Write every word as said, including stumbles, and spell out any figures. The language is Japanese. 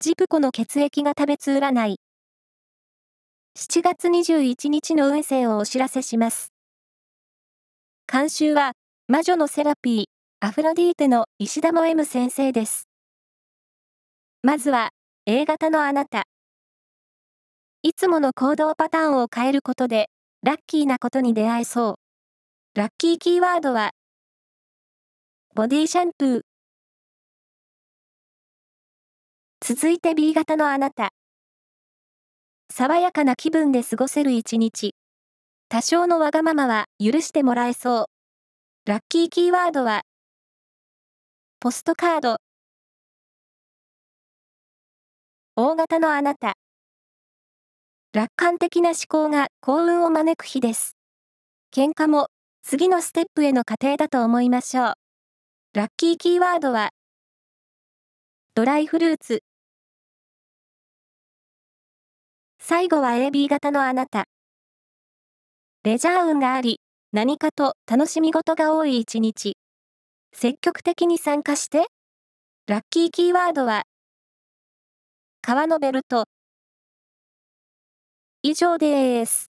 ジプコの血液が食べつ占い。しちがつにじゅういちにちの運勢をお知らせします。監修は、魔女のセラピー、アフロディーテの石田も M 先生です。まずは、A 型のあなた。いつもの行動パターンを変えることで、ラッキーなことに出会えそう。ラッキーキーワードは、ボディシャンプー。続いて B 型のあなた。爽やかな気分で過ごせる一日。多少のわがままは許してもらえそう。ラッキーキーワードは、ポストカード。O 型のあなた。楽観的な思考が幸運を招く日です。喧嘩も次のステップへの過程だと思いましょう。ラッキーキーワードは、ドライフルーツ。最後は エービー 型のあなた。レジャー運があり、何かと楽しみ事が多い一日。積極的に参加して。ラッキーキーワードは、革のベルト。以上です。